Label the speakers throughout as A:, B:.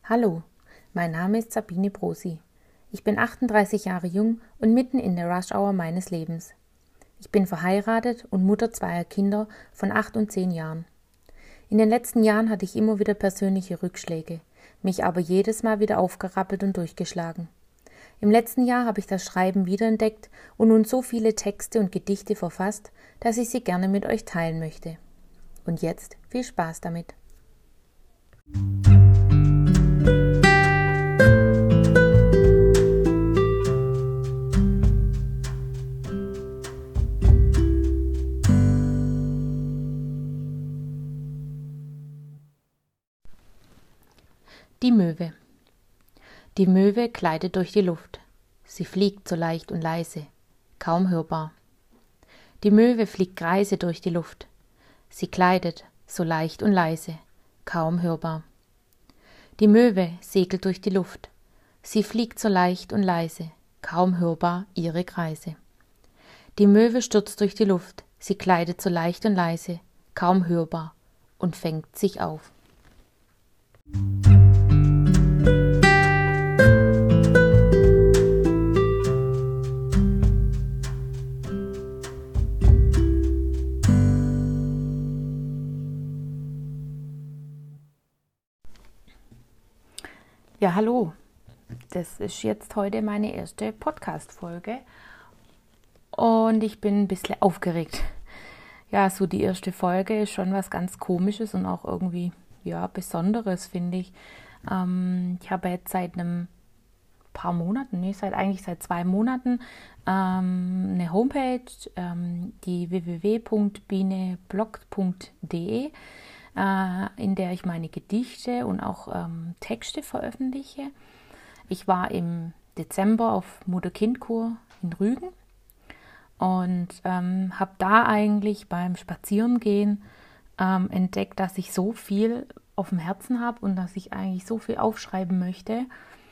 A: Hallo, mein Name ist Sabine Brosi. Ich bin 38 Jahre jung und mitten in der Rush-Hour meines Lebens. Ich bin verheiratet und Mutter zweier Kinder von 8 und 10 Jahren. In den letzten Jahren hatte ich immer wieder persönliche Rückschläge, mich aber jedes Mal wieder aufgerappelt und durchgeschlagen. Im letzten Jahr habe ich das Schreiben wiederentdeckt und nun so viele Texte und Gedichte verfasst, dass ich sie gerne mit euch teilen möchte. Und jetzt viel Spaß damit. Die Möwe. Die Möwe gleitet durch die Luft. Sie fliegt so leicht und leise, kaum hörbar. Die Möwe fliegt Kreise durch die Luft. Sie gleitet so leicht und leise, kaum hörbar. Die Möwe segelt durch die Luft. Sie fliegt so leicht und leise, kaum hörbar ihre Kreise. Die Möwe stürzt durch die Luft. Sie gleitet so leicht und leise, kaum hörbar und fängt sich auf. Ja, hallo. Das ist jetzt heute meine erste Podcast-Folge und ich bin ein bisschen aufgeregt. Ja, so die erste Folge ist schon was ganz Komisches und auch irgendwie, Besonderes, finde ich. Ich habe jetzt seit ein paar Monaten, seit 2 Monaten eine Homepage, die www.bineblog.de, in der ich meine Gedichte und auch Texte veröffentliche. Ich war im Dezember auf Mutter-Kind-Kur in Rügen und habe da eigentlich beim Spazierengehen entdeckt, dass ich so viel auf dem Herzen habe und dass ich eigentlich so viel aufschreiben möchte,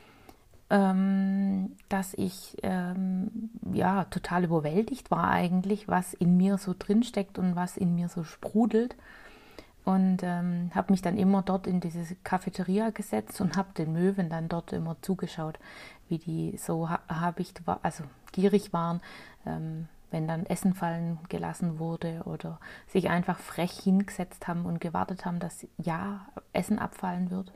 A: dass ich total überwältigt war eigentlich, was in mir so drinsteckt und was in mir so sprudelt. Und habe mich dann immer dort in diese Cafeteria gesetzt und habe den Möwen dann dort immer zugeschaut, wie die so gierig waren, wenn dann Essen fallen gelassen wurde oder sich einfach frech hingesetzt haben und gewartet haben, dass Essen abfallen wird.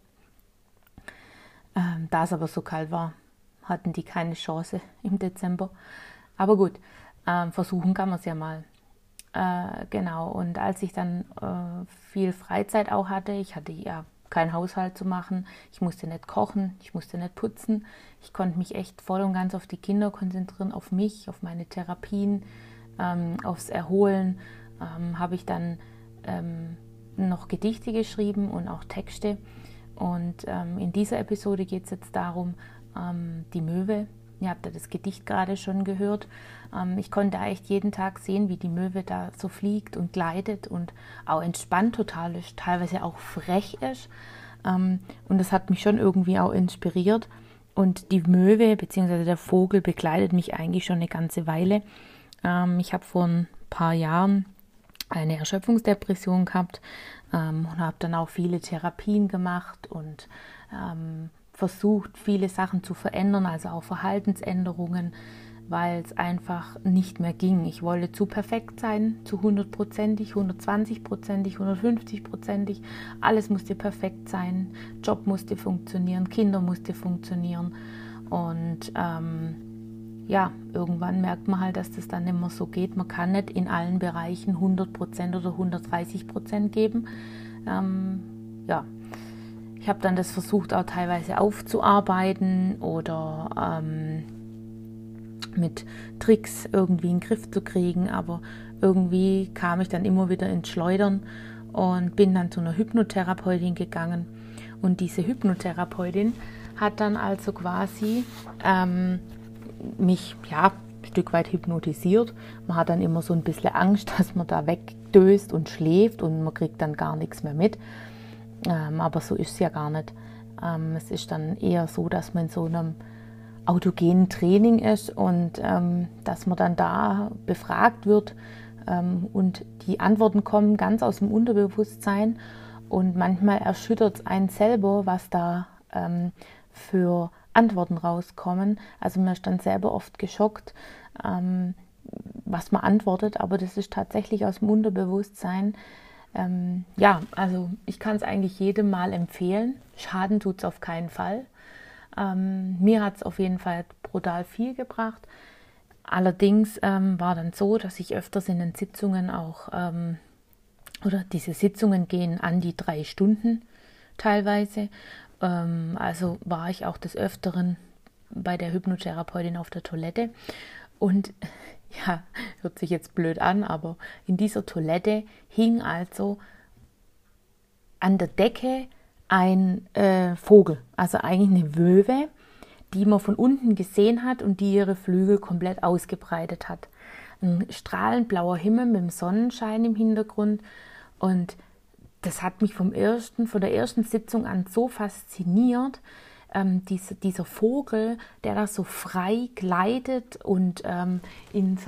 A: Da es aber so kalt war, hatten die keine Chance im Dezember. Aber gut, versuchen kann man es ja mal. Genau, und als ich dann viel Freizeit auch hatte, ich hatte ja keinen Haushalt zu machen, ich musste nicht kochen, ich musste nicht putzen, ich konnte mich echt voll und ganz auf die Kinder konzentrieren, auf mich, auf meine Therapien, aufs Erholen, habe ich dann noch Gedichte geschrieben und auch Texte. Und in dieser Episode geht es jetzt darum, die Möwe. Ihr habt ja das Gedicht gerade schon gehört. Ich konnte echt jeden Tag sehen, wie die Möwe da so fliegt und gleitet und auch entspannt total ist, teilweise auch frech ist. Und das hat mich schon irgendwie auch inspiriert. Und die Möwe bzw. der Vogel begleitet mich eigentlich schon eine ganze Weile. Ich habe vor ein paar Jahren eine Erschöpfungsdepression gehabt und habe dann auch viele Therapien gemacht und versucht, viele Sachen zu verändern, also auch Verhaltensänderungen, weil es einfach nicht mehr ging. Ich wollte zu perfekt sein, zu 100%, 120%, 150%. Alles musste perfekt sein. Job musste funktionieren, Kinder musste funktionieren. Und irgendwann merkt man halt, dass das dann nicht mehr so geht. Man kann nicht in allen Bereichen 100% oder 130% geben. Ich habe dann das versucht, auch teilweise aufzuarbeiten oder mit Tricks irgendwie in den Griff zu kriegen, aber irgendwie kam ich dann immer wieder ins Schleudern und bin dann zu einer Hypnotherapeutin gegangen. Und diese Hypnotherapeutin hat dann also quasi mich ein Stück weit hypnotisiert. Man hat dann immer so ein bisschen Angst, dass man da wegdöst und schläft und man kriegt dann gar nichts mehr mit. Aber so ist es ja gar nicht. Es ist dann eher so, dass man in so einem autogenen Training ist und dass man dann da befragt wird und die Antworten kommen ganz aus dem Unterbewusstsein und manchmal erschüttert es einen selber, was da für Antworten rauskommen. Also man ist dann selber oft geschockt, was man antwortet, aber das ist tatsächlich aus dem Unterbewusstsein. Ja, also ich kann es eigentlich jedem mal empfehlen. Schaden tut es auf keinen Fall. Mir hat es auf jeden Fall brutal viel gebracht. Allerdings war dann so, dass ich öfters in den Sitzungen auch, oder diese Sitzungen gehen an die 3 Stunden teilweise. Also war ich auch des Öfteren bei der Hypnotherapeutin auf der Toilette. Und ja, hört sich jetzt blöd an, aber in dieser Toilette hing also an der Decke ein Vogel, also eigentlich eine Möwe, die man von unten gesehen hat und die ihre Flügel komplett ausgebreitet hat. Ein strahlend blauer Himmel mit dem Sonnenschein im Hintergrund, und das hat mich von der ersten Sitzung an so fasziniert, dieser Vogel, der da so frei gleitet und in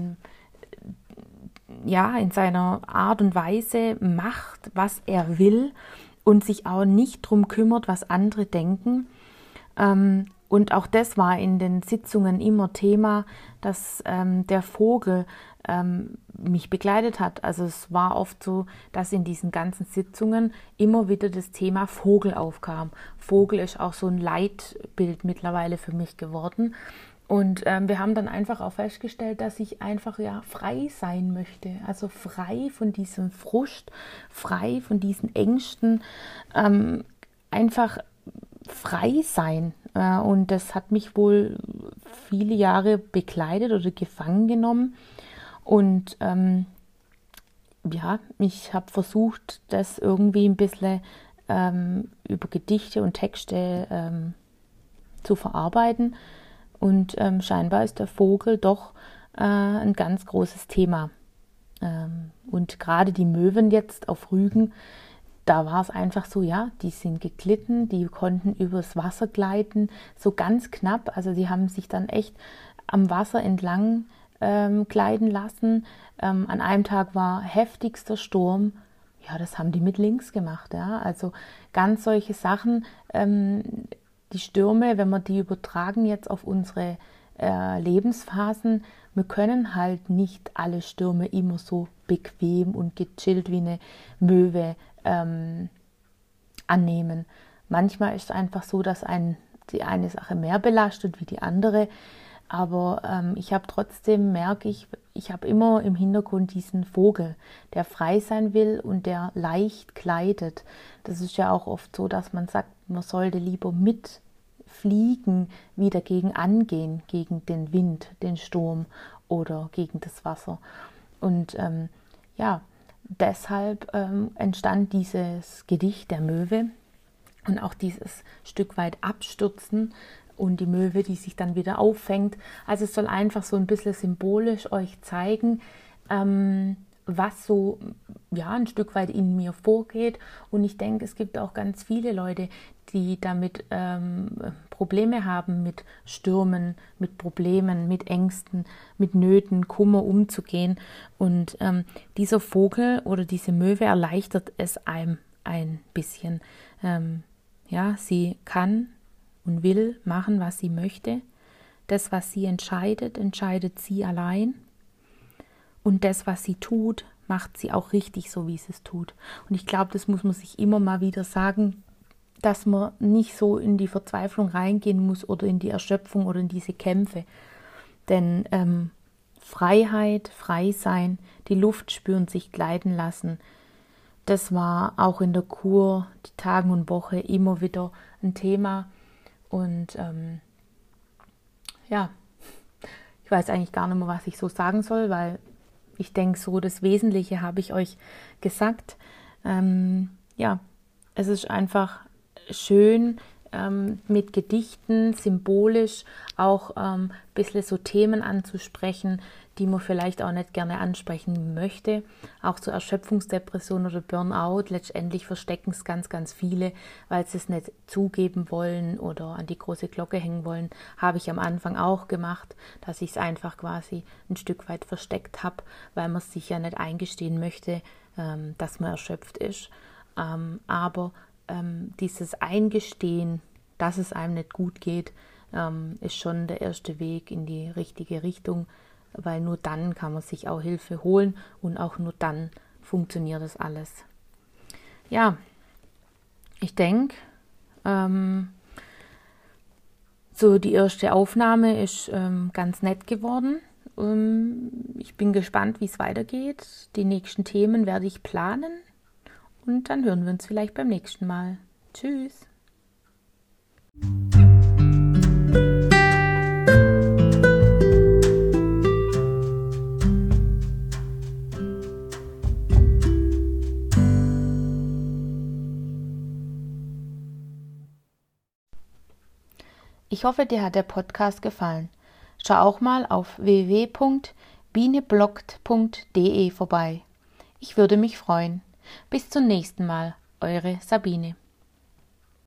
A: seiner Art und Weise macht, was er will und sich auch nicht drum kümmert, was andere denken. Und auch das war in den Sitzungen immer Thema, dass der Vogel mich begleitet hat. Also es war oft so, dass in diesen ganzen Sitzungen immer wieder das Thema Vogel aufkam. Vogel ist auch so ein Leitbild mittlerweile für mich geworden. Und wir haben dann einfach auch festgestellt, dass ich einfach frei sein möchte. Also frei von diesem Frust, frei von diesen Ängsten, einfach frei sein. Und das hat mich wohl viele Jahre begleitet oder gefangen genommen. Und ich habe versucht, das irgendwie ein bisschen über Gedichte und Texte zu verarbeiten. Und scheinbar ist der Vogel doch ein ganz großes Thema. Und gerade die Möwen jetzt auf Rügen, da war es einfach so, die sind geglitten, die konnten übers Wasser gleiten, so ganz knapp. Also die haben sich dann echt am Wasser entlang gleiten lassen. An einem Tag war heftigster Sturm. Ja, das haben die mit links gemacht. Ja. Also ganz solche Sachen. Die Stürme, wenn wir die übertragen jetzt auf unsere Lebensphasen, wir können halt nicht alle Stürme immer so bequem und gechillt wie eine Möwe annehmen. Manchmal ist es einfach so, dass die eine Sache mehr belastet wie die andere, aber ich habe trotzdem, merke ich habe immer im Hintergrund diesen Vogel, der frei sein will und der leicht gleitet. Das ist ja auch oft so, dass man sagt, man sollte lieber mitfliegen, wie dagegen angehen, gegen den Wind, den Sturm oder gegen das Wasser. Und deshalb entstand dieses Gedicht der Möwe und auch dieses Stück weit Abstürzen und die Möwe, die sich dann wieder auffängt. Also es soll einfach so ein bisschen symbolisch euch zeigen, was so ein Stück weit in mir vorgeht. Und ich denke, es gibt auch ganz viele Leute, die damit Probleme haben, mit Stürmen, mit Problemen, mit Ängsten, mit Nöten, Kummer umzugehen. Und dieser Vogel oder diese Möwe erleichtert es einem ein bisschen. Sie kann und will machen, was sie möchte. Das, was sie entscheidet, entscheidet sie allein. Und das, was sie tut, macht sie auch richtig, so wie sie es tut. Und ich glaube, das muss man sich immer mal wieder sagen, dass man nicht so in die Verzweiflung reingehen muss oder in die Erschöpfung oder in diese Kämpfe. Denn Freiheit, frei sein, die Luft spüren, sich gleiten lassen, das war auch in der Kur, die Tage und Woche immer wieder ein Thema. Und ich weiß eigentlich gar nicht mehr, was ich so sagen soll, weil ich denke, so das Wesentliche habe ich euch gesagt. Es ist einfach schön, mit Gedichten symbolisch auch ein bisschen so Themen anzusprechen, die man vielleicht auch nicht gerne ansprechen möchte. Auch so Erschöpfungsdepression oder Burnout, letztendlich verstecken es ganz, ganz viele, weil sie es nicht zugeben wollen oder an die große Glocke hängen wollen. Habe ich am Anfang auch gemacht, dass ich es einfach quasi ein Stück weit versteckt habe, weil man sich ja nicht eingestehen möchte, dass man erschöpft ist. Aber dieses Eingestehen dass es einem nicht gut geht, ist schon der erste Weg in die richtige Richtung, weil nur dann kann man sich auch Hilfe holen und auch nur dann funktioniert das alles. Ja, ich denke, so die erste Aufnahme ist ganz nett geworden. Ich bin gespannt, wie es weitergeht. Die nächsten Themen werde ich planen und dann hören wir uns vielleicht beim nächsten Mal. Tschüss! Ich hoffe, dir hat der Podcast gefallen. Schau auch mal auf www.binebloggt.de vorbei. Ich würde mich freuen. Bis zum nächsten Mal, eure Sabine.